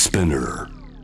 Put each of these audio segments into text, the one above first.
Spinner.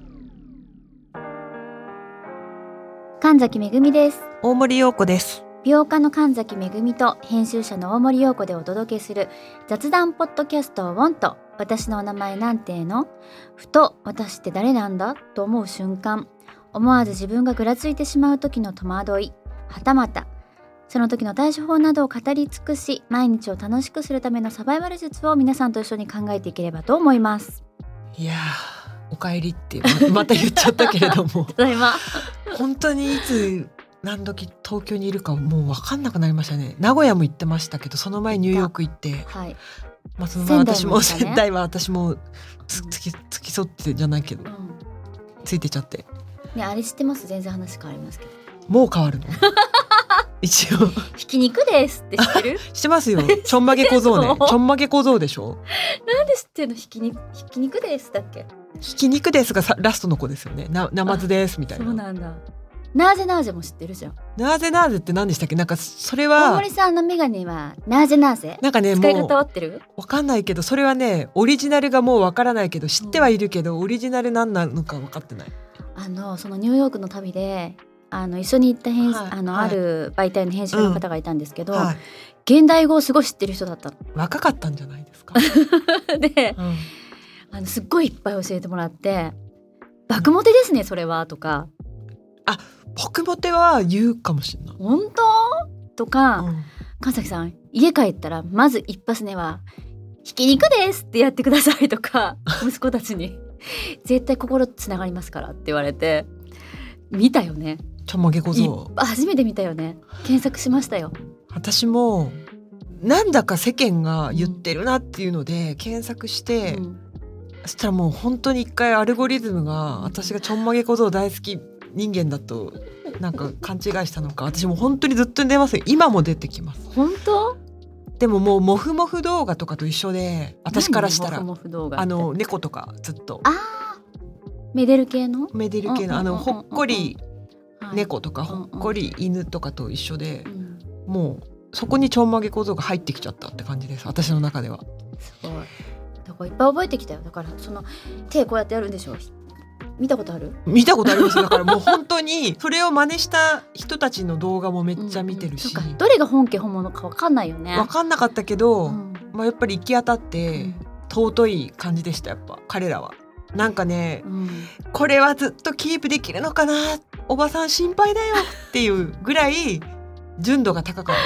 神崎めぐみです。 大森洋子です。 美容家の神崎めぐみと編集者の大森洋子でお届けする雑談ポッドキャストをウォンと私のお名前なんてのふと私って誰なんだと思う瞬間、思わず自分がぐらついてしまう時の戸惑い、はたまたその時の対処法などを語り尽くし、毎日を楽しくするためのサバイバル術を皆さんと一緒に考えていければと思います。 いやお帰りってまた言っちゃったけれどもただいま。 本当にいつ何時東京にいるかもう分かんなくなりましたね。名古屋も行ってましたけど、その前ニューヨーク行って、 はい、 その前私も仙台も行ったね。 仙台は私も付き添ってじゃないけど、ついてちゃってね、あれ知ってます？全然話変わりますけど、 もう変わるの一応ひき肉ですって知ってる？ してますよ。ちょんまげ小僧ね。ちょんまげ小僧でしょ。 なんで知ってんの？ひき肉ですだっけ？ ひき肉ですがラストの子ですよね。なまずですみたいな。 そうなんだ。なぜなぜも知ってるじゃん。 なぜって何でしたっけ？なんかそれ大は森さんのメガネはなぜなんかね、使い方合ってる？ わかんないけど、それはねオリジナルがもうわからないけど知ってはいるけど、オリジナル何なのか分かってない。 そのニューヨークの旅で一緒に行ったある媒体の編集の方がいたんですけど、現代語をすごい知ってる人だったの。 若かったんじゃないですか。 で、すっごいいっぱい教えてもらって、爆モテですねそれはとか、 僕モテは言うかもしれない。 本当とか、神崎さん家帰ったらまず一発目はひき肉ですってやってくださいとか息子たちに絶対心つながりますからって言われて、見たよね。 ちょんまげ小僧初めて見たよね。検索しましたよ。 私もなんだか世間が言ってるなっていうので検索して、そしたらもう本当に一回アルゴリズムが私がちょんまげ小僧大好き人間だとなんか勘違いしたのか、私も本当にずっと出ますよ。今も出てきます。 本当？ でももうモフモフ動画とかと一緒で、私からしたらモフ動画って猫とかずっとメデル系のほっこり猫とかほっこり犬とかと一緒で、もうそこにちょんまげ小僧が入ってきちゃったって感じです、私の中では。 すごい。だからいっぱい覚えてきたよ。だからその手こうやってやるんでしょ。見たことある？見たことあります。だからもう本当にそれを真似した人たちの動画もめっちゃ見てるし、 どれが本家本物か分かんないよね。 分かんなかったけど、やっぱり行き当たって尊い感じでした。やっぱ彼らはなんかね、これはずっとキープできるのかな、おばさん心配だよっていうぐらい純度が高かった。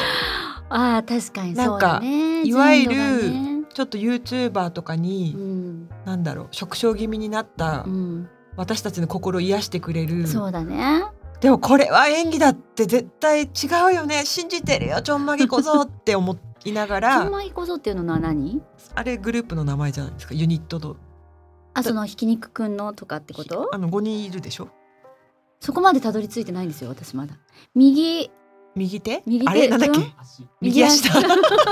確かにそうだね。 なんかいわゆるちょっと YouTuber とかに、なんだろう、縮小気味になった、私たちの心を癒してくれる。 そうだね。 でもこれは演技だって絶対違うよね、信じてるよちょんまげ小僧って思いながらちょんまげ小僧っていうのは何？ あれグループの名前じゃないですか、ユニットの。 そのひき肉くんのとかってこと？ 5人いるでしょ。そこまでたどり着いてないんですよ私まだ。右手あれなんだっけ、右足だ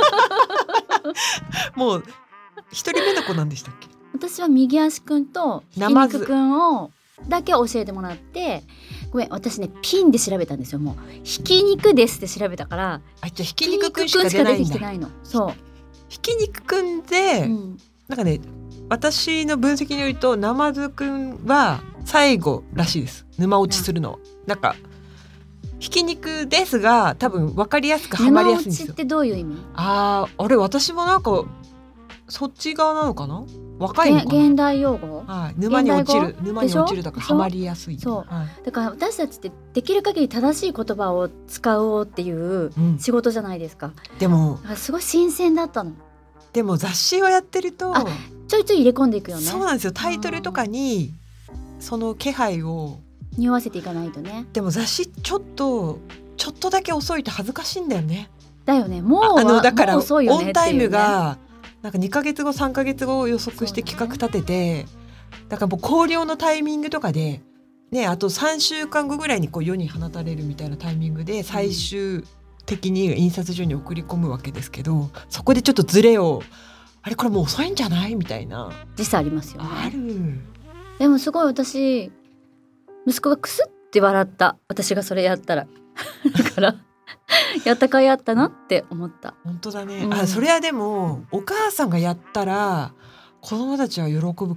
もう一人目の子なんでしたっけ。 私は右足くんとひき肉くんをだけ教えてもらって、ごめん私ねピンで調べたんですよ。もうひき肉ですって調べたから、 じゃあひき肉くんしか出てきてないの。 そう、 ひき肉くんで、なんかね私の分析によるとなまずくんは最後らしいです、沼落ちするの。なんかひき肉ですが多分分かりやすくはまりやすいんですよ。 沼落ちってどういう意味？ あれ私もなんかそっち側なのかな、若いのかな。 現代用語、 沼に落ちるだからはまりやすい。 そう、だから私たちってできる限り正しい言葉を使おうっていう仕事じゃないですか。 でもすごい新鮮だったの。 でも雑誌をやってるとちょいちょい入れ込んでいくよね。 そうなんですよ。タイトルとかにその気配を匂わせていかないとね。 でも雑誌ちょっとだけ遅いと恥ずかしいんだよね。 だよね。もうだからもう遅いよねっていうね。 オンタイムがなんか2ヶ月後3ヶ月後を予測して企画立てて、だからもう考慮のタイミングとかでね、あと3週間後ぐらいにこう世に放たれるみたいなタイミングで最終的に印刷所に送り込むわけですけど、そこでちょっとズレをあれこれもう遅いんじゃないみたいな実際ありますよね。 ある。 でもすごい私息子がクスって笑った。私がそれやったらだからやったかいあったなって思った。 本当だね、それはでもお母さんがやったら子供たちは喜ぶかも。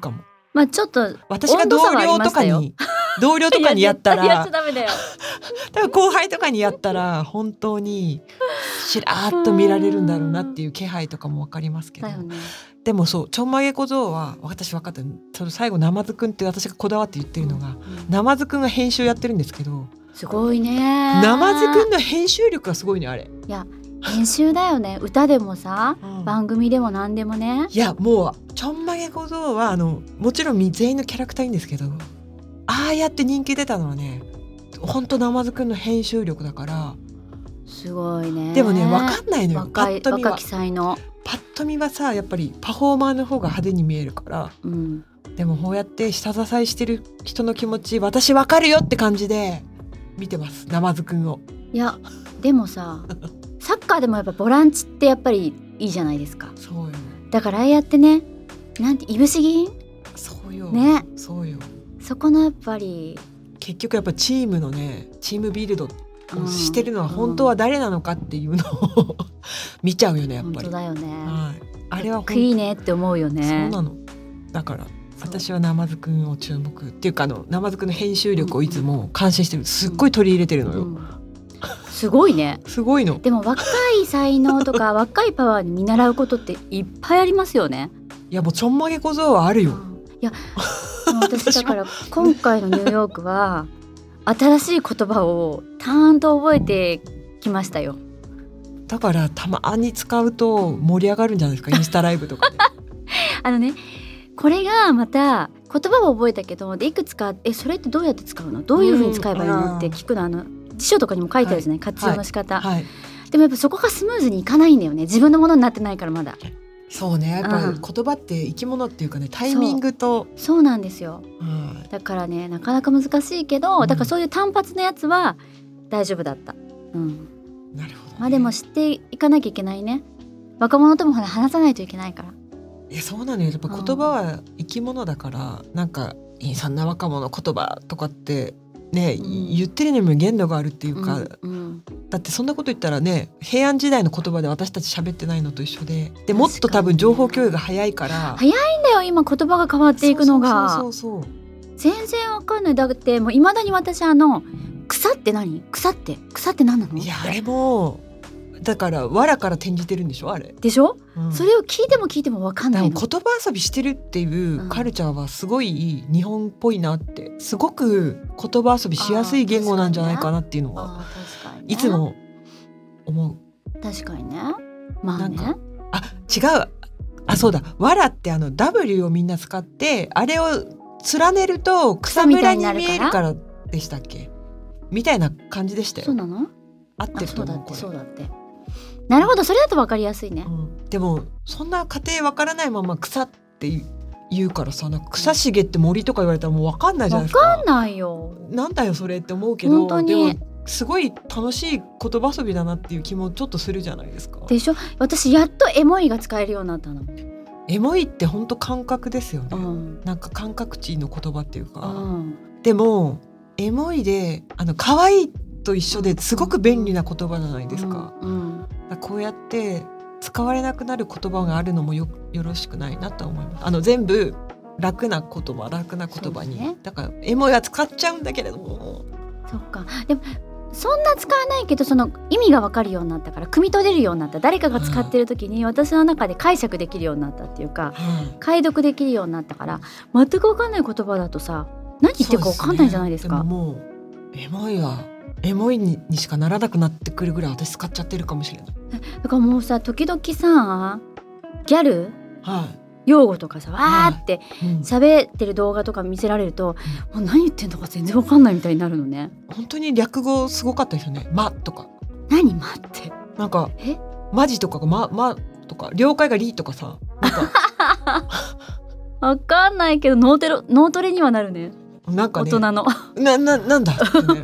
まあちょっと私が同僚とかにやったらやっちゃダメだよ。 多分後輩とかにやったら本当にしらーっと見られるんだろうなっていう気配とかも分かりますけど、 だよね。 でもそうちょんまげ小僧は私分かった。その最後ナマズくんって私がこだわって言ってるのが、ナマズくんが編集やってるんですけど、 すごいね。 ナマズくんの編集力がすごいねあれ。 いや編集だよね。歌でもさ、番組でも何でもね。 いやもうちょんまげ小僧はもちろん全員のキャラクターいいんですけど、ああやって人気出たのはねほんとナマズくんの編集力だから。 すごいね。 でもね分かんないのよ。 若き才能。 パッと見はさやっぱりパフォーマーの方が派手に見えるから、でもこうやって下支えしてる人の気持ち私分かるよって感じで見てますナマズくんを。 いやでもさサッカーでもやっぱボランチってやっぱりいいじゃないですか。 そうよ。 だからああやってね、なんていぶし銀。 そうよね。 そうよ。 そこのやっぱり結局やっぱチームのねチームビルドをしてるのは本当は誰なのかっていうのを見ちゃうよねやっぱり。 本当だよね。 はい、あれはいいねって思うよね。 そうなの。だから私はナマズくんを注目っていうかナマズくんの編集力をいつも感心してる。すっごい取り入れてるのよ。 すごいね。 すごいの。 でも若い才能とか若いパワーに見習うことっていっぱいありますよね。 いやもうちょんまげ小僧はあるよ。 いや私だから今回のニューヨークは新しい言葉をたーんと覚えてきましたよ。 だからたまに使うと盛り上がるんじゃないですかインスタライブとかでねこれがまた言葉を覚えたけどでいくつかそれってどうやって使うのどういうふうに使えばいいのって聞くの辞書とかにも書いてあるじゃない、活用の仕方、でもやっぱそこがスムーズにいかないんだよね。自分のものになってないからまだ。 そうねやっぱ言葉って生き物っていうかねタイミングとそうなんですよ、だからねなかなか難しいけど、だからそういう単発のやつは大丈夫だった。なるほど、ね。まあでも知っていかなきゃいけないね。若者とも話さないといけないから。 いやそうなのよ。やっぱ言葉は生き物だから、なんかそんな若者言葉とかってね、言ってるにも限度があるっていうか、だってそんなこと言ったらね平安時代の言葉で私たち喋ってないのと一緒で、もっと多分情報共有が早いから早いんだよ今言葉が変わっていくのが。 そう全然わかんない。だってもう未だに私草って何？草って何なの？ いやあれもだから藁から転じてるんでしょあれでしょ、それを聞いても分かんないの。 言葉遊びしてるっていうカルチャーはすごい日本っぽいなって、すごく言葉遊びしやすい言語なんじゃないかなっていうのは、いつも思う。 確かにね。まあね。 違う。そうだ。藁ってW をみんな使ってあれを連ねると草むらに見えるからでしたっけみたいな感じでしたよ。 そうなの？ 合ってると思う。これそうだって。なるほど、それだと分かりやすいね。 でもそんな家庭分からないまま草って言うからさ、なんか草茂って森とか言われたらもう分かんないじゃないですか。 分かんないよ。 なんだよそれって思うけど、 本当にでもすごい楽しい言葉遊びだなっていう気もちょっとするじゃないですか。 でしょ。私やっとエモいが使えるようになったの。 エモいって本当感覚ですよね、なんか感覚値の言葉っていうか、でもエモいで可愛いと一緒ですごく便利な言葉じゃないですか、こうやって使われなくなる言葉があるのもよろしくないなと思います。全部楽な言葉に、ね、だからエモいは使っちゃうんだけれども。 そっか。でもそんな使わないけどその意味が分かるようになったから、汲み取れるようになった。誰かが使ってる時に私の中で解釈できるようになったっていうか、解読できるようになったから、全く分かんない言葉だとさ何言ってるか分かんないじゃないですか。 でももうエモいはエモいにしかならなくなってくるぐらい私使っちゃってるかもしれない。 だからもうさ時々さギャル、用語とかさわーって喋ってる動画とか見せられると、もう何言ってんのか全然わかんないみたいになるのね。 本当に略語すごかったですよね。とか何って、 なんかマジとかがとか了解がリとかさ、なんかわかんないけど脳トレにはなるね。 なんかね、 大人のなんだってね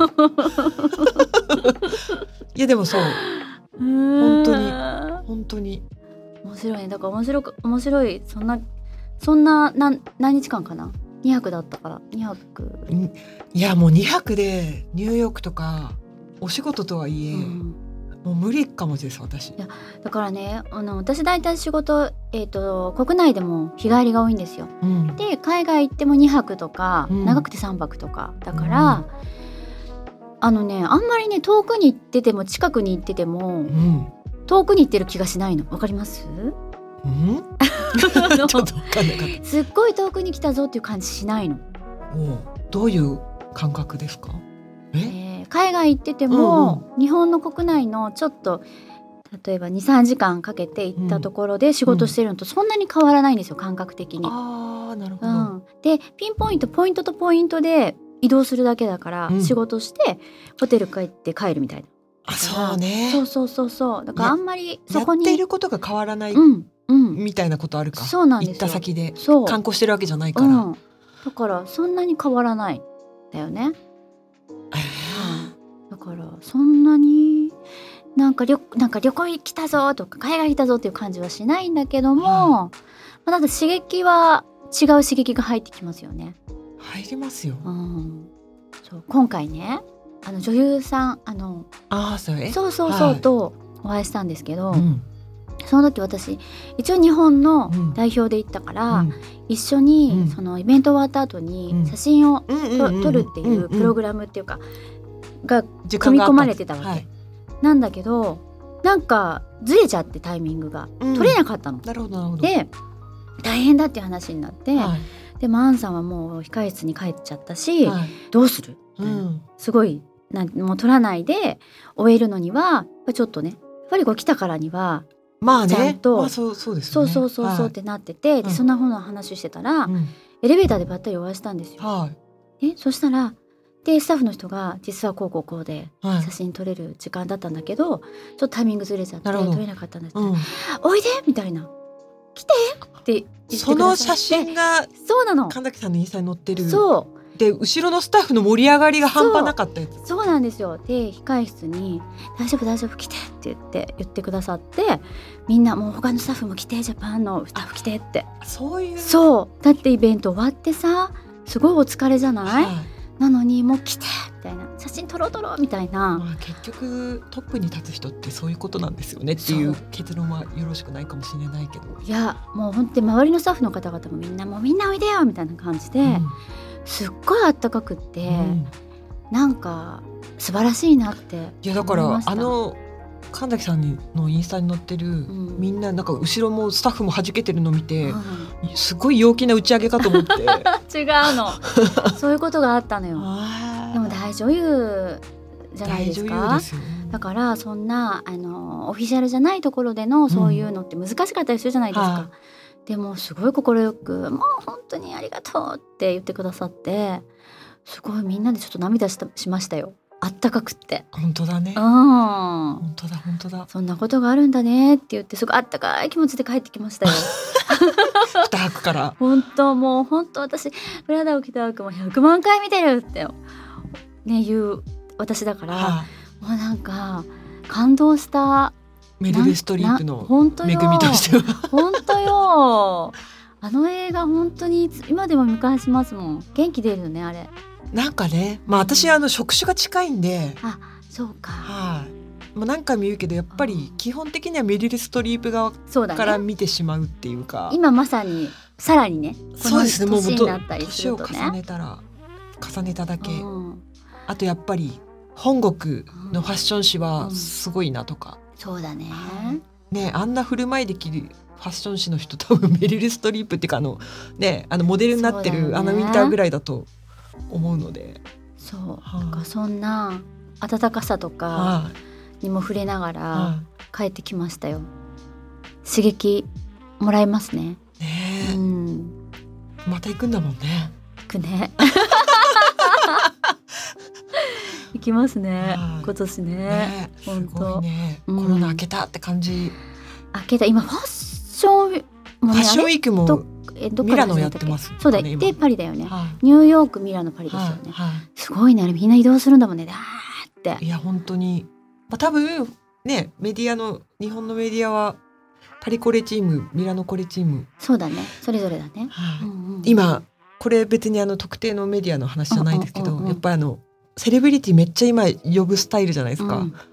いやでもそう本当に面白いね。だから面白い。そんな何日間かな。2泊だったから2泊。 いやもう2泊でニューヨークとかお仕事とはいえ、 もう無理かもです私。 やだからね私大体仕事、国内でも日帰りが多いんですよ。で海外行っても2泊とか、長くて3泊とかだから、あんまりね遠くに行ってても近くに行ってても、遠くに行ってる気がしないの。わかります？ ちょっと分かんなかった。 すっごい遠くに来たぞっていう感じしないの。 どういう感覚ですか？ 海外行ってても、日本の国内のちょっと例えば 2,3 時間かけて行ったところで仕事してるのとそんなに変わらないんですよ、感覚的に。 なるほど。 でピンポイントとポイントで移動するだけだから、仕事してホテル帰って帰るみたいな。 そうね。 そうだからあんまりそこにやっていることが変わらない、みたいなことあるか。 そうなんですよ。 行った先で観光してるわけじゃないから、 だからそんなに変わらないんだよね。だからそんなになんか旅行来たぞとか海外来たぞっていう感じはしないんだけども、ただ刺激は違う刺激が入ってきますよね。 入りますよ。 そう今回ね女優さんそうとお会いしたんですけど、その時私一応日本の代表で行ったから、一緒にそのイベント終わった後に写真を撮るっていうプログラムっていうかが組み込まれてたわけ、なんだけどなんかずれちゃってタイミングが取れなかったの。 なるほど。 で大変だっていう話になって、でもアンさんはもう控え室に帰っちゃったし、どうする、すごいもう取らないで終えるのにはちょっとねやっぱり来たからにはちゃんと、そうってなってて、でそんな風な話してたら、エレベーターでばったりお会いしたんですよ。そしたらでスタッフの人が実はこうで写真撮れる時間だったんだけど、ちょっとタイミングずれちゃって撮れなかったんだって、おいでみたいな、来てって言ってくださって、 その写真がそうなの、 神崎さんのインスタに載ってる。 で後ろのスタッフの盛り上がりが半端なかったやつ。 そうなんですよ。で控室に大丈夫来てって言ってくださって、みんなもう他のスタッフも来て、ジャパンのスタッフ来てって。そうだってイベント終わってさ、すごいお疲れじゃない、なのにもう来てみたいな、写真撮ろうみたいな、 結局トップに立つ人ってそういうことなんですよねっていう結論はよろしくないかもしれないけど、 いやもう本当に周りのスタッフの方々もみんなおいでよみたいな感じで、すっごいあったかくって、なんか素晴らしいなって思いました。 いやだから神崎さんのインスタに載ってる、みんななんか後ろもスタッフも弾けてるの見て、すごい陽気な打ち上げかと思って違うのそういうことがあったのよ。でも大女優じゃないですか。だからそんなオフィシャルじゃないところでのそういうのって難しかったりするじゃないですか。でもすごい快く、もう本当にありがとうって言ってくださって、すごいみんなでちょっと涙しましたよ。あったかくって。 本当だね。本当だ。 そんなことがあるんだねって言って、すごいあったかい気持ちで帰ってきましたよ。 2泊から。 本当私フラダを着た枠も100万回見てるってね言う私だから、もうなんか感動した。 メルルストリープの恵みとしては本当よ。映画本当に今でも見返しますもん。元気出るよねあれ。 なんかね、私職種が近いんで。 そうか。 もう何回も言うけどやっぱり基本的にはメリル・ストリープ側から見てしまうっていうか、 今まさにさらにね、 そうですね、もう年になったりするとね、 年を重ねただけ、あとやっぱり本国のファッション誌はすごいなとか、 そうだね。 あんな振る舞いできるファッション誌の人多分メリル・ストリープっていうかモデルになってるウィンターぐらいだと思うので、 なんかそんな温かさとかにも触れながら帰ってきましたよ。刺激もらえますね。 また行くんだもんね。 行くね。行きますね、今年ね。 すごいね。コロナ明けたって感じ。 明けた。今ファッションウィークもミラノやってます。 そうだ。でパリだよね。ニューヨーク、ミラノ、パリですよね。すごいね。みんな移動するんだもんね。って。 いや本当に。多分ね、日本のメディアはパリコレチーム、ミラノコレチーム。 そうだね。それぞれだね。 今これ別に特定のメディアの話じゃないですけど、やっぱりセレブリティめっちゃ今呼ぶスタイルじゃないですか。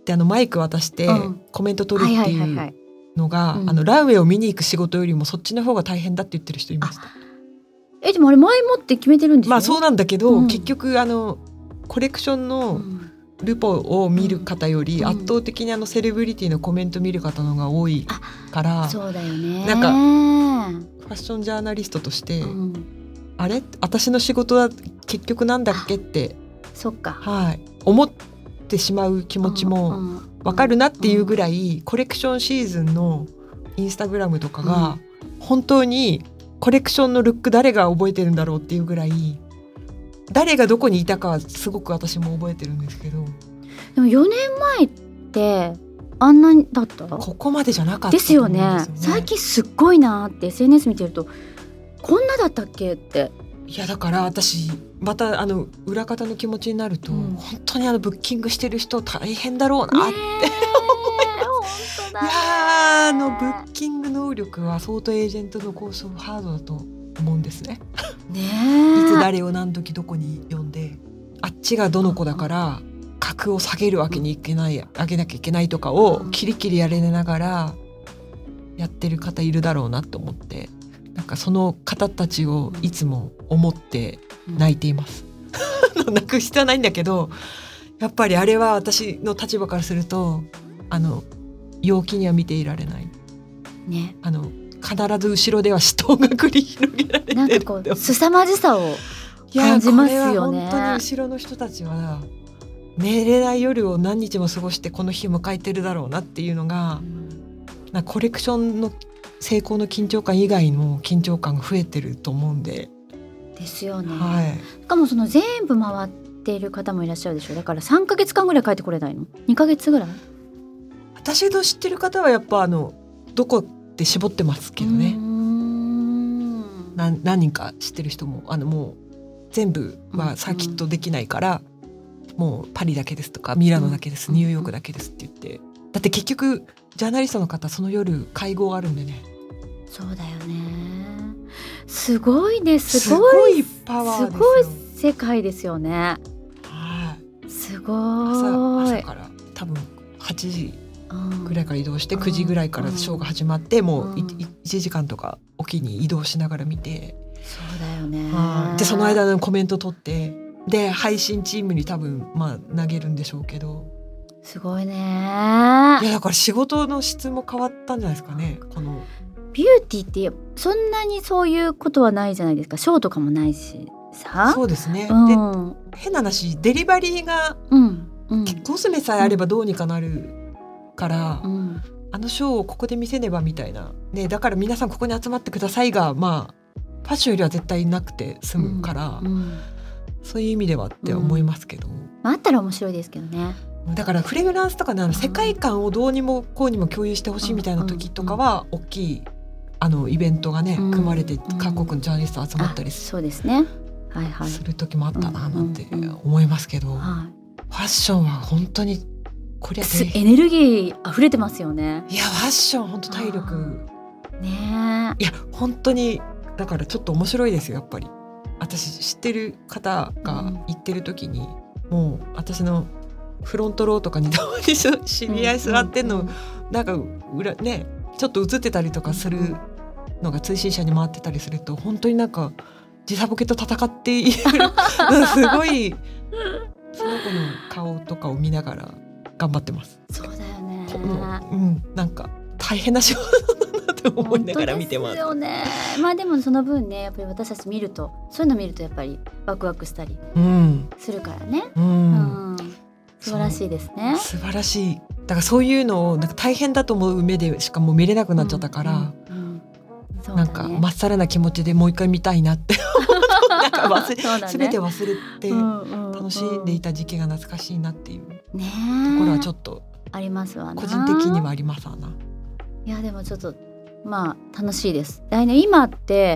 でマイク渡してコメント取るっていうのが、ランウェイを見に行く仕事よりもそっちの方が大変だって言ってる人いました。 でもあれ前もって決めてるんでしょ。 まあそうなんだけど、結局コレクションのルポを見る方より圧倒的にセレブリティのコメント見る方の方が多いから、 そうだよね。 なんかファッションジャーナリストとして、あれ私の仕事は結局なんだっけって、 そっか、 思ってしまう気持ちも分かるなっていうぐらい、コレクションシーズンのインスタグラムとかが本当にコレクションのルック誰が覚えてるんだろうっていうぐらい、誰がどこにいたかはすごく私も覚えてるんですけど、 でも4年前ってあんなだった？ ここまでじゃなかったですよね。最近すっごいなって SNS 見てると、こんなだったっけって。 いやだから私また裏方の気持ちになると、本当にブッキングしてる人大変だろうなって、 本当だ。 いやブッキング能力は相当エージェントの交渉ハードだと思うんですね。いつ誰を何時どこに呼んで、あっちがどの子だから格を下げるわけにいけない、上げなきゃいけないとかをキリキリやれながらやってる方いるだろうなと思って、なんかその方たちをいつも思って泣いています。泣く必要はないんだけど、やっぱりあれは私の立場からすると陽気には見ていられない、ね、必ず後ろでは死闘が繰り広げられてる。 なんかこう凄まじさを感じますよね。 これは本当に後ろの人たちは寝れない夜を何日も過ごしてこの日を迎えてるだろうなっていうのが、なんかコレクションの成功の緊張感以外の緊張感が増えてると思うんで。 ですよね、しかもその全部回っている方もいらっしゃるでしょ。だから3ヶ月間ぐらい帰ってこれないの？2ヶ月ぐらい？ 私の知ってる方はやっぱどこって絞ってますけどね。何人か知ってる人ももう全部はサーキットできないから、もうパリだけですとかミラノだけです、ニューヨークだけですって言って、だって結局ジャーナリストの方その夜会合あるんでね。 そうだよね。すごいね。すごいパワーですよ。 すごい世界ですよね。すごい。 朝から多分8時ぐらいから移動して、9時ぐらいからショーが始まって、もう1時間とかおきに移動しながら見て。 そうだよね。 でその間のコメント取って、で配信チームに多分投げるんでしょうけど。 すごいね。いやだから仕事の質も変わったんじゃないですかね。このビューティーってそんなにそういうことはないじゃないですか。ショーとかもないしさ。 そうですね、で変な話、デリバリーが、コスメさえあればどうにかなるから、ショーをここで見せねばみたいな、ね、だから皆さんここに集まってくださいが、ファッションよりは絶対なくて済むから、そういう意味ではって思いますけど、 あったら面白いですけどね。 だからフレグランスとか世界観をどうにもこうにも共有してほしいみたいな時とかは大きいイベントがね、組まれて各国のジャーナリスト集まったりそうですね、 する時もあったななんて思いますけど、ファッションは本当にこれエネルギー溢れてますよね。 いやファッション本当体力ね。 いや本当にだからちょっと面白いですよ。やっぱり私知ってる方が行ってる時に、もう私のフロントローとかにたまに知り合い座ってんの、なんかねちょっと映ってたりとかするのが通信社に回ってたりすると、本当になんか時差ボケと戦っているすごいその子の顔とかを見ながら頑張ってます。 そうだよね。 なんか大変な仕事だなって思いながら見てます。 本当ですよね。でもその分ね、やっぱり私たち見ると、そういうの見るとやっぱりワクワクしたりするからね。素晴らしいですね。 素晴らしい。だからそういうのをなんか大変だと思う目でしかもう見れなくなっちゃったから、なんかまっさらな気持ちでもう一回見たいなってなんか全て忘れて楽しんでいた時期が懐かしいなっていうところはちょっとありますわな。 個人的にはありますわな。 いやでもちょっと楽しいです。来年今って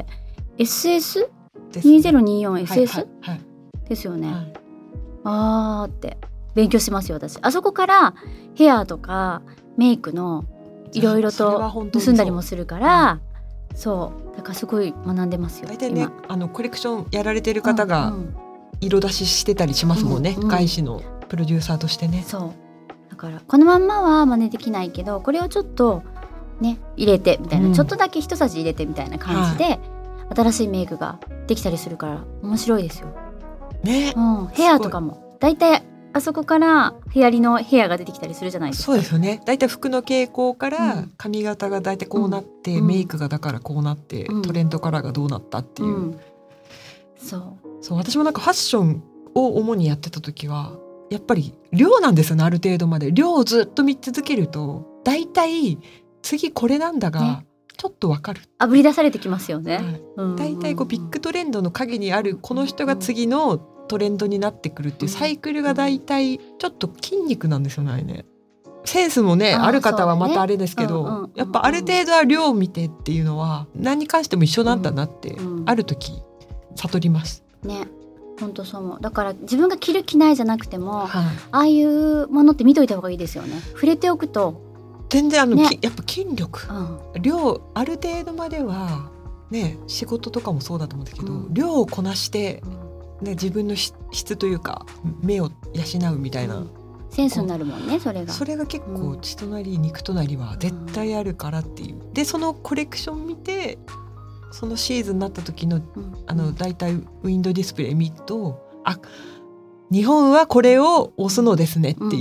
SS2024SS ですよね。って勉強しますよ私。あそこからヘアとかメイクのいろいろと盗んだりもするから、そうだからすごい学んでますよ。 大体ねコレクションやられてる方が色出ししてたりしますもんね、外資のプロデューサーとしてね。 そうだからこのまんまは真似できないけど、これをちょっとね入れてみたいな、ちょっとだけ一さじ入れてみたいな感じで、新しいメイクができたりするから面白いですよね、 ヘアとかもだいたいあそこからヘアリのヘアが出てきたりするじゃないですか。 そうですよね。だいたい服の傾向から髪型がだいたいこうなって、メイクがだからこうなって、トレンドカラーがどうなったっていう、そう私もなんかファッションを主にやってた時はやっぱり量なんですよね。ある程度まで量をずっと見続けるとだいたい次これなんだが、ちょっとわかる、 あぶり出されてきますよね。 だいたいビッグトレンドの陰にあるこの人が次のトレンドになってくるっていうサイクルがだいたいちょっと筋肉なんですよね。あれね、センスもねある方はまたあれですけど、やっぱある程度は量を見てっていうのは何に関しても一緒なんだなって、ある時悟りますね。本当そう思う。だから自分が着る着ないじゃなくても、ああいうものって見といた方がいいですよね。触れておくと全然やっぱ筋力、量ある程度まではね、仕事とかもそうだと思うんですけど、量をこなして、ね、自分の質というか目を養うみたいな、 センスになるもんね。それが結構血となり肉となりは絶対あるからっていう、でそのコレクション見てそのシーズンになった時の、だいたいウィンドウディスプレイ見ると、あ、日本はこれを押すのですねっていう、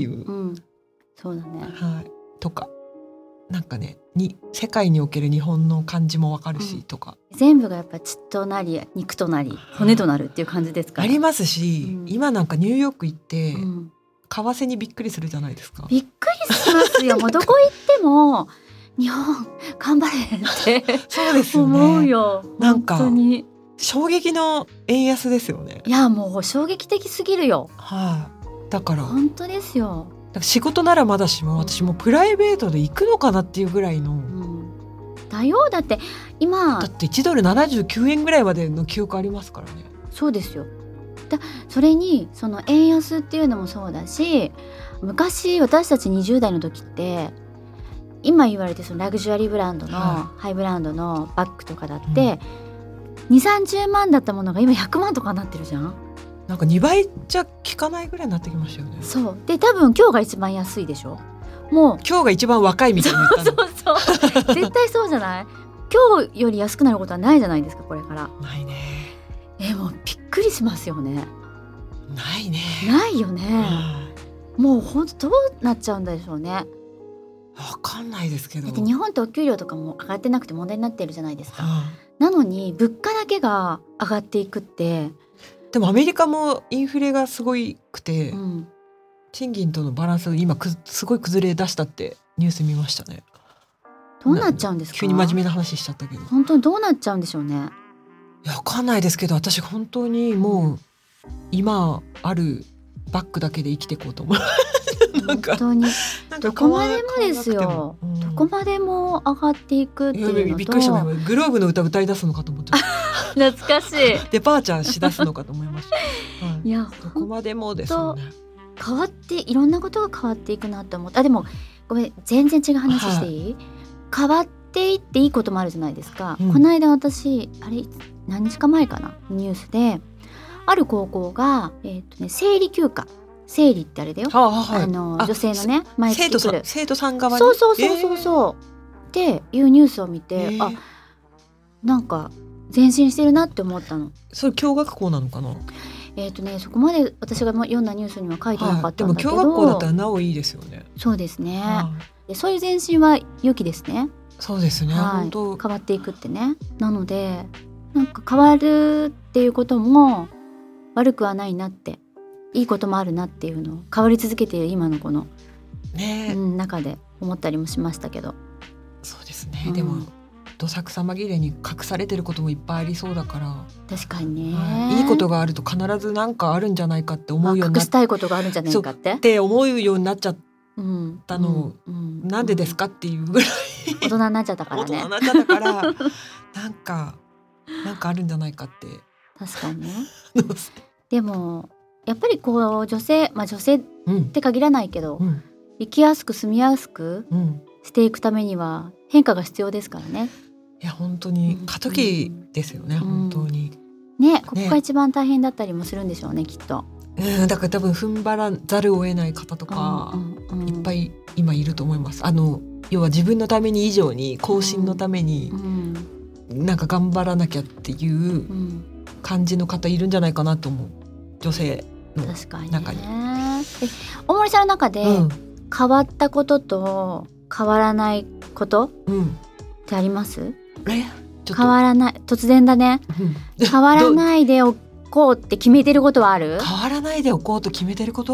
そうだね、 とかなんかね、世界における日本の感じもわかるし、とか全部がやっぱ血となり肉となり骨となるっていう感じですから、 ありますし、今なんかニューヨーク行って、為替にびっくりするじゃないですか。 びっくりしますよ。もうどこ行っても日本頑張れってそうですよね、 思うよ。 なんか本当に衝撃の円安ですよね。 いやもう衝撃的すぎるよ。 だから本当ですよ。 仕事ならまだしも、私もプライベートで行くのかなっていうぐらいの、 だよ。だって今だって1ドル79円ぐらいまでの記憶ありますからね。 そうですよ。それにその円安っていうのもそうだし、昔私たち20代の時って今言われてそのラグジュアリーブランドの、ハイブランドのバッグとかだって、2,30 万だったものが今100万とかなってるじゃん。 なんか2倍じゃ効かないぐらいになってきましたよね。 そうで、多分今日が一番安いでしょ。もう今日が一番若いみたいに言ったの。 そう絶対そうじゃない。今日より安くなることはないじゃないですか、これから。 ないね。 もうびっくりしますよね。 ないね。 ないよね。もう本当どうなっちゃうんでしょうね。 わかんないですけど。 だって日本ってお給料とかも上がってなくて問題になってるじゃないですか。なのに物価だけが上がっていくって。 でもアメリカもインフレがすごくて、賃金とのバランス今すごい崩れ出したってニュース見ましたね。 どうなっちゃうんですか。 急に真面目な話しちゃったけど。 本当にどうなっちゃうんでしょうね。 いや、わかんないですけど、私本当にもう今あるバッグだけで生きていこうと思う。 本当にどこまでもですよ、どこまでも上がっていくっていうのと、 びっくりした。グローブの歌歌い出すのかと思って懐かしい。 デパーチャーしだすのかと思いました。 いや、 どこまでもですよね。 変わっていろんなことが変わっていくなって思って。でもごめん、全然違う話していい？変わっていっていいこともあるじゃないですか。この間私あれ何日か前かな、ニュースである高校が生理休暇、生理ってあれだよ、女性のね、毎月来る生徒さん側に、 そうっていうニュースを見て、あ、なんか前進してるなって思ったの。 それ共学校なのかな。 そこまで私が読んだニュースには書いてなかったんだけど、 でも共学校だったらなおいいですよね。 そうですね、でそういう前進は良きですね。 そうですね、本当変わっていくってね。なのでなんか変わるっていうことも悪くはないなって、いいこともあるなっていうのを変わり続けている今のこの、中で思ったりもしましたけど。 そうですね、でもどさくさ紛れに隠されてることもいっぱいありそうだから。 確かにね、 いいことがあると必ず何かあるんじゃないかって思うようになっ隠したいことがあるんじゃないかって思うようになっちゃったの、なんでですかっていうぐらい大人になっちゃったからね。 大人になっちゃったからなんかあるんじゃないかって。 確かにねでもやっぱりこう女性って限らないけど、生きやすく住みやすくしていくためには変化が必要ですからね。 いや本当に過渡期ですよね、本当にね。ここが一番大変だったりもするんでしょうね、きっと。 だから多分踏ん張らざるを得ない方とか、いっぱい今いると思います。要は自分のために以上に更新のためになんか頑張らなきゃっていう感じの方いるんじゃないかなと思う、女性の中に。 大森さんの中で変わったことと変わらないことってあります？変わらない、突然だね、変わらないでおこうって決めてることはある？ 変わらないでおこうと決めてること、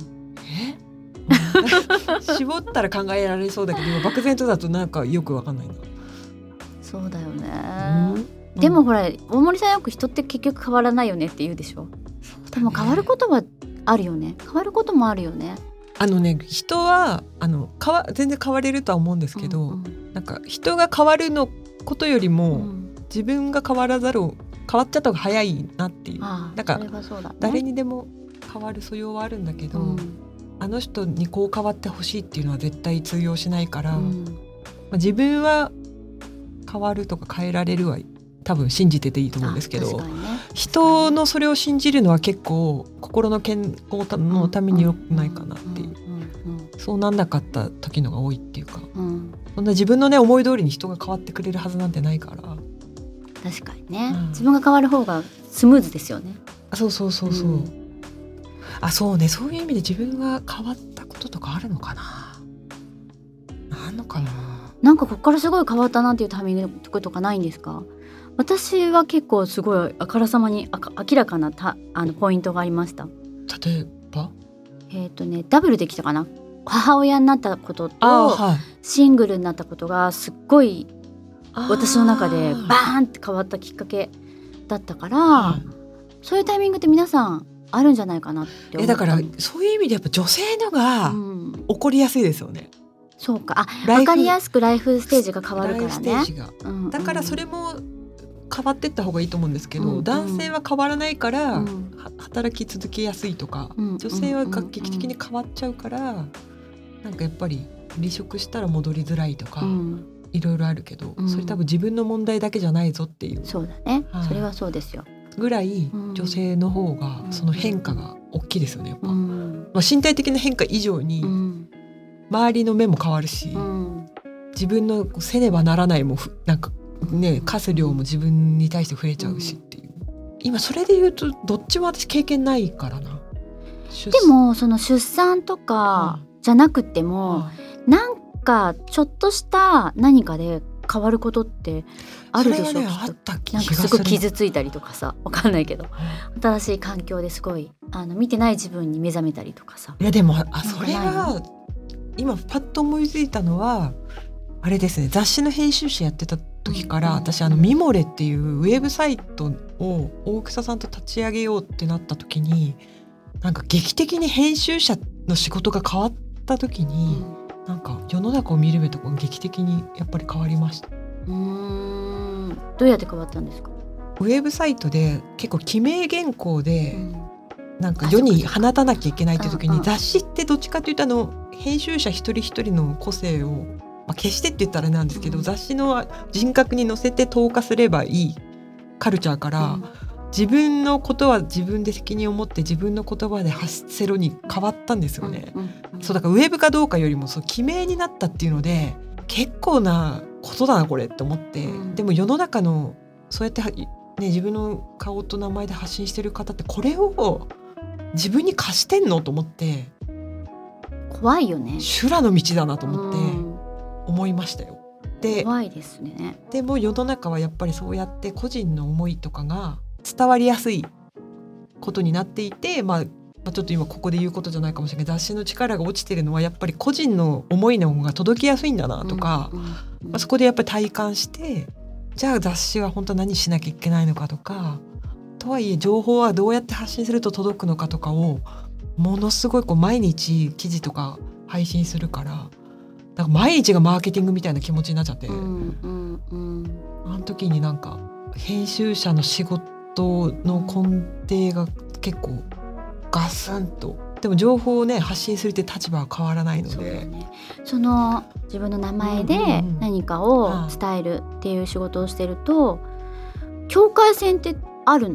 絞ったら考えられそうだけど今漠然とだとなんかよくわかんないな。 そうだよね、でもほら大森さんよく人って結局変わらないよねって言うでしょ。でも変わることはあるよね。変わることもあるよね。 人は全然変われるとは思うんですけど、なんか人が変わるのことよりも、自分が変わっちゃった方が早いなっていう。なんか誰にでも変わる素養はあるんだけど、あの人にこう変わってほしいっていうのは絶対通用しないから、自分は変わるとか変えられるは多分信じてていいと思うんですけど、人のそれを信じるのは結構心の健康のために良くないかなっていう、そうなんなかった時のが多いっていうか、そんな自分のね思い通りに人が変わってくれるはずなんてないから。 確かにね、自分が変わる方がスムーズですよね。 そう、そうね、そういう意味で自分が変わったこととかあるのかな。なんのかな。 なんかここからすごい変わったなっていうタイミングとかないんですか？私は結構すごいあからさまに明らかなポイントがありました。 例えばダブルできたかな。母親になったことと、シングルになったことがすっごい私の中でバーンって変わったきっかけだったから、そういうタイミングって皆さんあるんじゃないかなって思った。 だからそういう意味でやっぱ女性のが起こりやすいですよね。 そうか、分かりやすくライフステージが変わるからね。 だからそれも変わっていった方がいいと思うんですけど、男性は変わらないから、働き続けやすいとか、女性は劇的に変わっちゃうから、なんかやっぱり離職したら戻りづらいとか、いろいろあるけど、それ多分自分の問題だけじゃないぞっていう。そうだね、それはそうですよ。ぐらい女性の方がその変化が大きいですよね、やっぱ。身体的な変化以上に、周りの目も変わるし、自分のせねばならないもなんかね、課す量も自分に対して増えちゃうしっていう。今それで言うとどっちも私経験ないからな。 でもその出産とかじゃなくても、なんかちょっとした何かで変わることってあるでしょ。 あった気がする。 なんかすごい傷ついたりとかさ、わかんないけど、新しい環境ですごい見てない自分に目覚めたりとかさ。 いやでもそれは今パッと思いついたのはあれですね、雑誌の編集者やってた時から、私ミモレっていうウェブサイトを大草さんと立ち上げようってなった時に、なんか劇的に編集者の仕事が変わった時に、なんか世の中を見る目とか劇的にやっぱり変わりました。 どうやって変わったんですか？ ウェブサイトで結構記名原稿で、なんか世に放たなきゃいけないって時に、雑誌ってどっちかというと編集者一人一人の個性を消してって言ったらなんですけど、雑誌の人格に乗せて投下すればいいカルチャーから、自分のことは自分で責任を持って自分の言葉で発せろに変わったんですよね。そうだからウェブかどうかよりも記名になったっていうので、結構なことだなこれって思って、でも世の中のそうやって自分の顔と名前で発信してる方ってこれを自分に貸してんのと思って、 怖いよね。 修羅の道だなと思って思いましたよ。で、 怖いですね。 でも世の中はやっぱりそうやって個人の思いとかが伝わりやすいことになっていて、ちょっと今ここで言うことじゃないかもしれない、雑誌の力が落ちてるのはやっぱり個人の思いの方が届きやすいんだなとか、そこでやっぱり体感して、じゃあ雑誌は本当は何しなきゃいけないのかとか、とはいえ情報はどうやって発信すると届くのかとかをものすごい毎日記事とか配信するから、だから毎日がマーケティングみたいな気持ちになっちゃって、あの時になんか編集者の仕事の根底が結構ガスンと。でも情報をね発信するって立場は変わらないので、 その自分の名前で何かを伝えるっていう仕事をしてると、境界線ってあるの？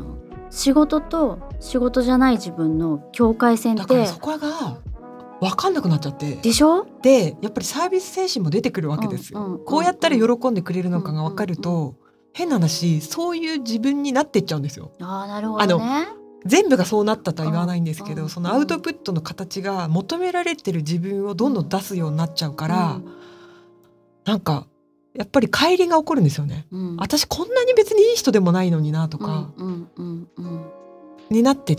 仕事と仕事じゃない自分の境界線っだからてそこが分かんなくなっちゃって、 でしょ。 でやっぱりサービス精神も出てくるわけですよ、 うんうんうん、 こうやったら喜んでくれるのかが分かると、 うんうん変な話そういう自分になってっちゃうんですよ。 あーなるほどね。 全部がそうなったとは言わないんですけど、 うんそのアウトプットの形が求められてる自分をどんどん出すようになっちゃうから、なんかやっぱり乖離が起こるんですよね、私こんなに別にいい人でもないのになとか、になってって、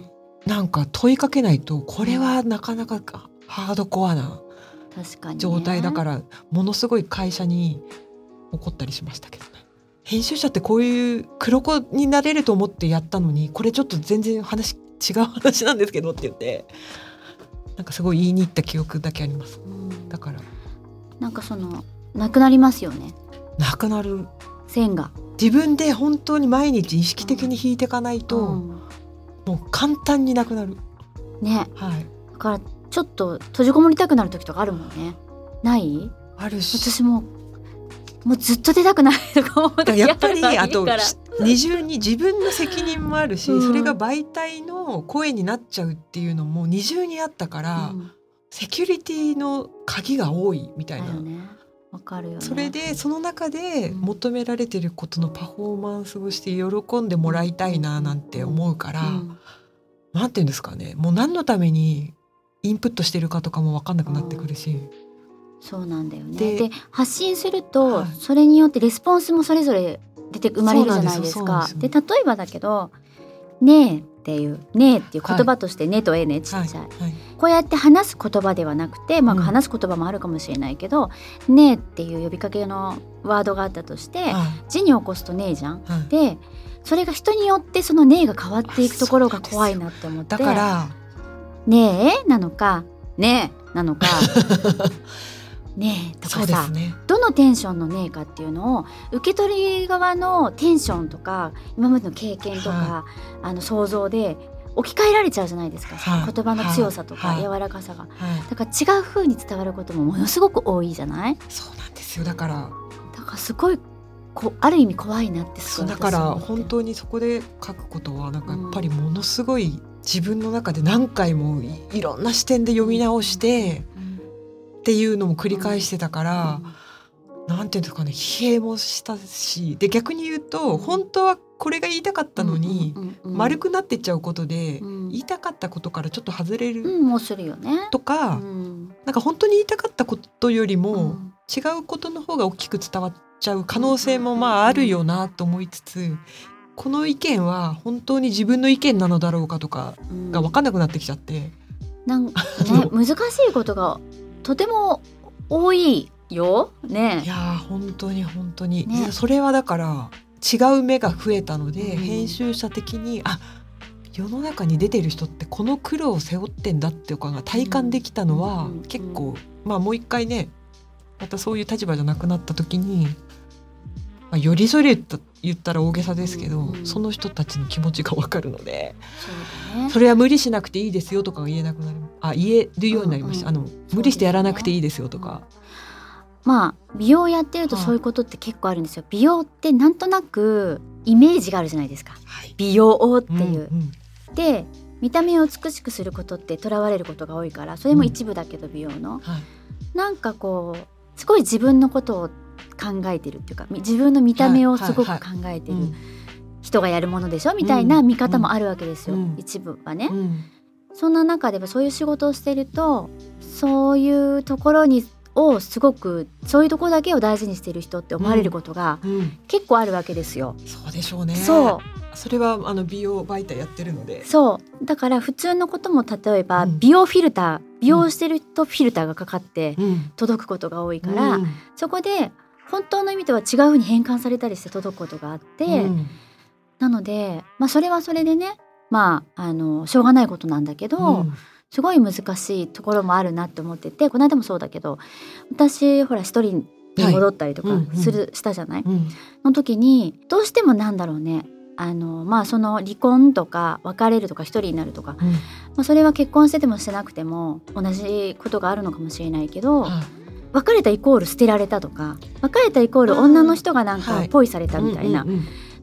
なんか問いかけないとこれはなかなかハードコアな状態だから、ものすごい会社に怒ったりしましたけどね。編集者ってこういう黒子になれると思ってやったのに、これちょっと全然違う話なんですけどって言って、なんかすごい言いに行った記憶だけあります、だからなんかそのなくなりますよね。 なくなる線が自分で本当に毎日意識的に引いていかないと、もう簡単になくなるね、 はい、 だからちょっと閉じこもりたくなる時とかあるもんね。ないあるし、 私もうずっと出たくないとか思ってやっぱりあと二重に自分の責任もあるし、それが媒体の声になっちゃうっていうのも二重にあったから、セキュリティの鍵が多いみたいな、 わかるよね。 それでその中で求められてることのパフォーマンスをして喜んでもらいたいななんて思うから、なんていうんですかね、もう何のためにインプットしてるかとかも分かんなくなってくるし、 そうなんだよね。で発信すると、それによってレスポンスもそれぞれ生まれるじゃないですか。で例えばだけどねえっていう言葉としてねとえねちっちゃい、こうやって話す言葉ではなくて、話す言葉もあるかもしれないけど、ねえっていう呼びかけのワードがあったとして、字に起こすとねえじゃん、でそれが人によってそのねえが変わっていくところが怖いなって思って、だからねえなのかねえなのかねえとかさ、どのテンションのねえかっていうのを受け取り側のテンションとか今までの経験とか、想像で置き換えられちゃうじゃないですか、言葉の強さとか柔らかさが、だから違う風に伝わることもものすごく多いじゃない。 そうなんですよ。だからすごいある意味怖いなってすごい。 だから本当にそこで書くことはなんかやっぱりものすごい自分の中で何回もいろんな視点で読み直して、っていうのも繰り返してたから、なんていうんですかね、疲弊もしたし、で逆に言うと本当はこれが言いたかったのに、丸くなってっちゃうことで、言いたかったことからちょっと外れる、 もうするよねとか、なんか本当に言いたかったことよりも、違うことの方が大きく伝わっちゃう可能性もあるよなと思いつつ、この意見は本当に自分の意見なのだろうかとかが分かんなくなってきちゃって、 難しいことがとても多いよね。 いや本当に本当に、それはだから違う目が増えたので、編集者的に世の中に出てる人ってこの苦労を背負ってんだっていうかが体感できたのは、結構もう一回ね、またそういう立場じゃなくなった時に、寄り添えると言ったら大げさですけど、その人たちの気持ちが分かるので、それは無理しなくていいですよとか言えなくなる、言えるようになりました。無理してやらなくていいですよとか。 美容やってるとそういうことって結構あるんですよ。美容ってなんとなくイメージがあるじゃないですか、美容っていう、で見た目を美しくすることってとらわれることが多いから、それも一部だけど美容の、なんかこうすごい自分のことを考えてるっていうか、自分の見た目をすごく考えてる人がやるものでしょみたいな見方もあるわけですよ、一部はね、そんな中でそういう仕事をしてると、そういうところをすごくそういうところだけを大事にしてる人って思われることが結構あるわけですよ。 そうでしょうね。それは美容媒体やってるので、 そうだから普通のことも、例えば美容フィルター、美容してるとフィルターがかかって届くことが多いから、そこで本当の意味とは違う風に変換されたりして届くことがあって、なのでそれはそれでね、しょうがないことなんだけど、すごい難しいところもあるなって思ってて、この間もそうだけど、私ほら一人に戻ったりとかしたじゃない、の時にどうしてもなんだろうね、その離婚とか別れるとか一人になるとか、それは結婚しててもしてなくても同じことがあるのかもしれないけど、別れたイコール捨てられたとか、別れたイコール女の人がなんかポイされたみたいな、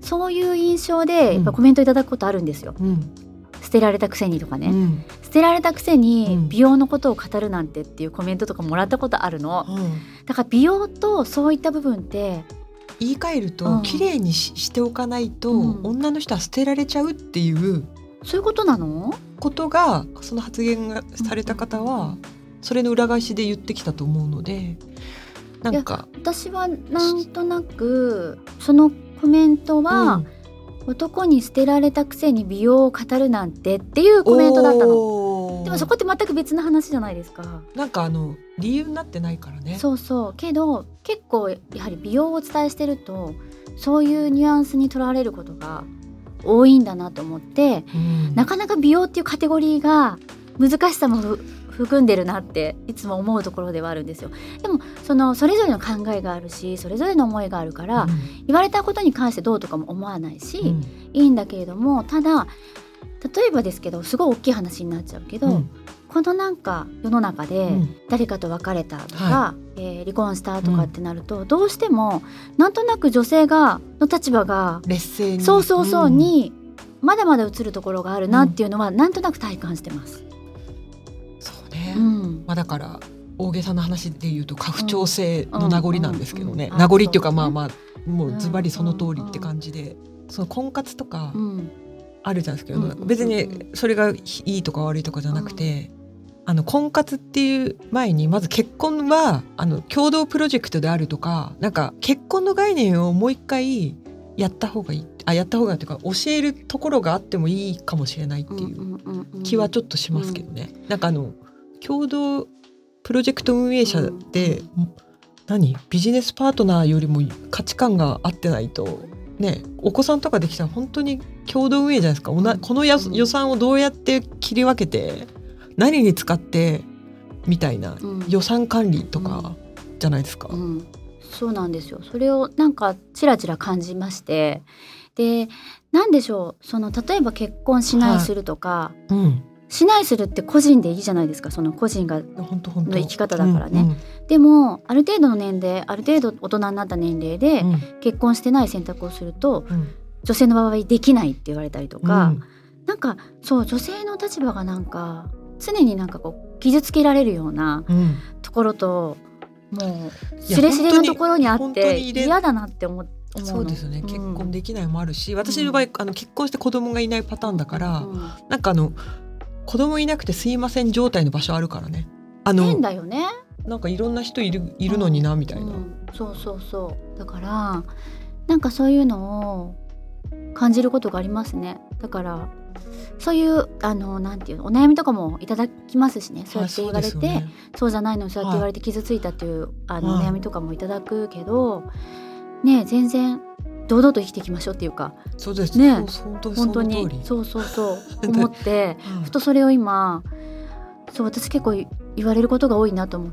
そういう印象でやっぱコメントいただくことあるんですよ、捨てられたくせにとかね、捨てられたくせに美容のことを語るなんてっていうコメントとかもらったことあるの、だから美容とそういった部分って言い換えると、綺麗に しておかないと、女の人は捨てられちゃうっていうそういうことなの？ ことがその発言がされた方はそれの裏返しで言ってきたと思うので、なんか私はなんとなくそのコメントは、男に捨てられたくせに美容を語るなんてっていうコメントだったの。でもそこって全く別の話じゃないですか。 なんか理由になってないからね。 そうそう、けど結構やはり美容をお伝えしてるとそういうニュアンスにとらわれることが多いんだなと思って、なかなか美容っていうカテゴリーが難しさも含んでるなっていつも思うところではあるんですよ。でもそれぞれの考えがあるし、それぞれの思いがあるから、言われたことに関してどうとかも思わないし、いいんだけれども、ただ例えばですけどすごい大きい話になっちゃうけど、このなんか世の中で誰かと別れたとか、離婚したとかってなると、どうしてもなんとなく女性の立場が劣勢にそうにまだまだ映るところがあるなっていうのはなんとなく体感してます。 そうね、だから大げさな話で言うと家父長制の名残なんですけどね、名残っていうかもうズバリその通りって感じで、その婚活とかあるじゃないですか、別にそれがいいとか悪いとかじゃなくて、婚活っていう前にまず結婚は共同プロジェクトであるとか、なんか結婚の概念をもう一回やった方がいい、やった方がいいというか教えるところがあってもいいかもしれないっていう気はちょっとしますけどね。なんか共同プロジェクト運営者で、ビジネスパートナーよりも価値観が合ってないとね、お子さんとかできたら本当に共同運営じゃないですか。この予算をどうやって切り分けて何に使ってみたいな、予算管理とかじゃないですか。 そうなんですよ。それをなんかちらちら感じまして、でなんでしょう、例えば結婚しないするとか、しないするって個人でいいじゃないですか。その個人がの生き方だからね、でもある程度の年齢、ある程度大人になった年齢で結婚してない選択をすると、女性の場合できないって言われたりとか、なんかそう女性の立場がなんか常になんかこう傷つけられるようなところと、もうすれすれのところにあって嫌だなって思うの。 そうですね、結婚できないもあるし、私の場合結婚して子供がいないパターンだから、なんか子供いなくてすいません状態の場所あるからね。 変だよね。 なんかいろんな人いるのになみたいな、 そうだからなんかそういうのを感じることがありますね。だからそういうなんていうの、お悩みとかもいただきますしね。そうやって言われて、そうじゃないのにそうやって言われて傷ついたっていうお悩みとかもいただくけど、ね、全然堂々と生きていきましょうっていうか、 そうですね、 本当にそう思ってふとそれを今私結構言われることが多いなと思って。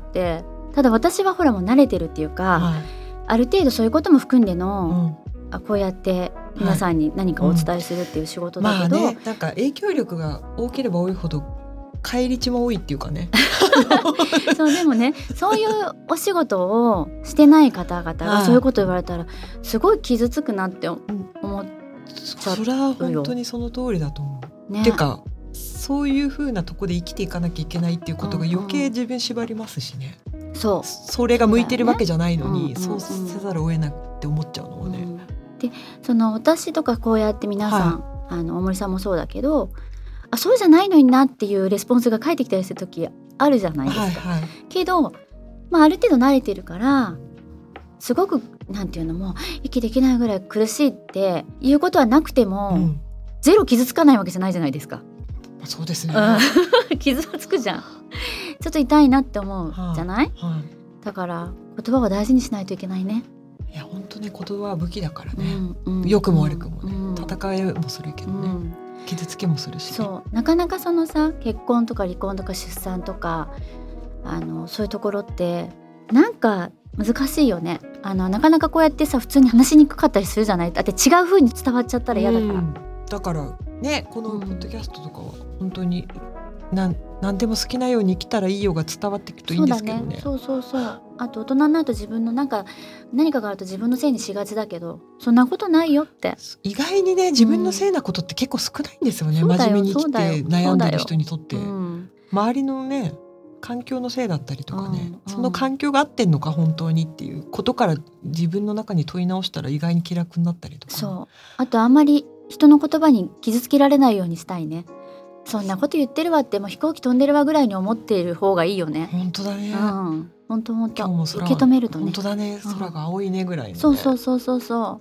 ただ私はほらもう慣れてるっていうか、ある程度そういうことも含んでの、こうやって皆さんに何かお伝えするっていう仕事だけど、 なんか影響力が多ければ多いほど返り血も多いっていうかねそうでもね、そういうお仕事をしてない方々がそういうこと言われたらすごい傷つくなって思っちゃうよ。 それは本当にその通りだと思う、てかそういう風なとこで生きていかなきゃいけないっていうことが余計自分縛りますしね、それが向いてるわけじゃないのに、そうせざるを得ないって思っちゃうのもね、 で私とかこうやって皆さん、大森さんもそうだけど、そうじゃないのになっていうレスポンスが返ってきたりする時あるじゃないですか、けど、ある程度慣れてるからすごくなんていうのも息できないぐらい苦しいっていうことはなくても、ゼロ傷つかないわけじゃないじゃないですか。 そうですね、 傷はつくじゃん。ちょっと痛いなって思うじゃない、だから言葉を大事にしないといけないね。 いや本当に言葉は武器だからね、良くも悪くもね、戦いもするけどね、傷つけもするし、 なかなか結婚とか離婚とか出産とかそういうところってなんか難しいよね。なかなかこうやって普通に話しにくかったりするじゃない。だって違う風に伝わっちゃったら嫌だから、 だからね、このポッドキャストとかは本当になん何でも好きなように生きたらいいよが伝わっていくといいんですけどね。 そうそうそう。あと大人になると自分の何かがあると自分のせいにしがちだけど、そんなことないよって。 意外にね自分のせいなことって結構少ないんですよね、 そうだよ真面目に生きて悩んでる人にとって、 うん周りのね環境のせいだったりとかね、 うんその環境が合ってんのか本当にっていうことから自分の中に問い直したら意外に気楽になったりとか。 そう。あとあんまり人の言葉に傷つけられないようにしたいね。そんなこと言ってるわって、もう飛行機飛んでるわぐらいに思っている方がいいよね。 本当だね、 本当今日も空受け止めるとね。 本当だね、空が青いねぐらいのね、 そうそうそうそうそう。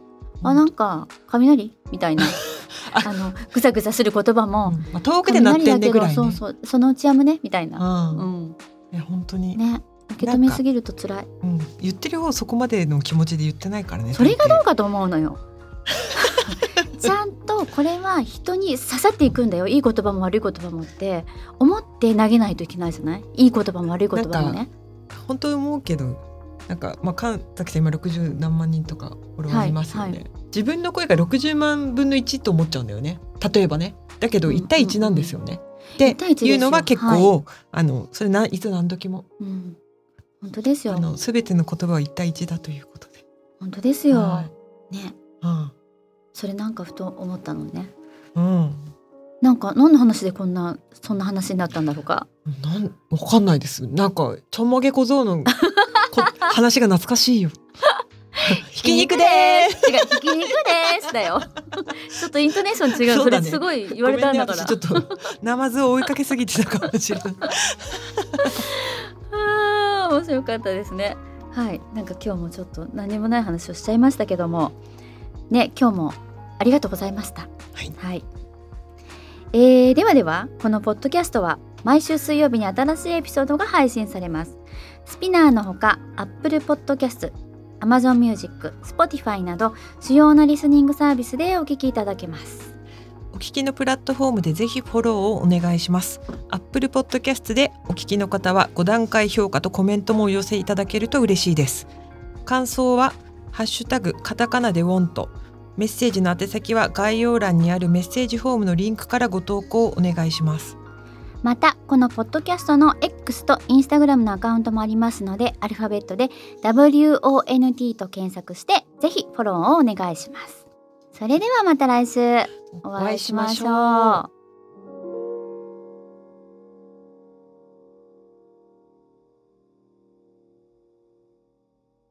なんか雷みたいなぐざぐざする言葉も、 遠くで鳴ってんねぐらいね。 そうそう、そのうちやむねみたいな。 本当にね、受け止めすぎると辛い。 言ってる方そこまでの気持ちで言ってないからね。 それがどうかと思うのよ。ちゃんとこれは人に刺さっていくんだよ。いい言葉も悪い言葉もって思って投げないといけないじゃない。いい言葉も悪い言葉もね。 本当思うけど、なんか神崎さん今60何万人とかフォロワーいますよね、自分の声が60万分の1と思っちゃうんだよね、例えばね。だけど1対1なんですよね、っていうのが結構、それいつ何時も、 本当ですよ。 全ての言葉は1対1だということで。 本当ですよ、ね、それなんかふと思ったのね。なんか何の話でそんな話になったんだろうか。 わかんないです。なんかちょんまげ小僧の話が懐かしいよ。ひき肉でーす。 違う、ひき肉でーすだよ。ちょっとイントネーション違う。それすごい言われたんだから。 ちょっとナマズを追いかけすぎてたかもしれない。 面白かったですね。はい、なんか今日もちょっと何もない話をしちゃいましたけどもね、今日もありがとうございました。はい。ではこのポッドキャストは毎週水曜日に新しいエピソードが配信されます。スピナーのほか Apple Podcast、Amazon Music、Spotify など主要なリスニングサービスでお聞きいただけます。 お聞きのプラットフォームでぜひフォローをお願いします。 Apple Podcast でお聞きの方は5段階評価とコメントもお寄せいただけると嬉しいです。感想はハッシュタグカタカナでWANT、メッセージの宛先は概要欄にあるメッセージフォームのリンクからご投稿をお願いします。 またこのポッドキャストの X と Instagram のアカウントもありますので、アルファベットで WONT と検索してぜひフォローをお願いします。それではまた来週お会いしましょう。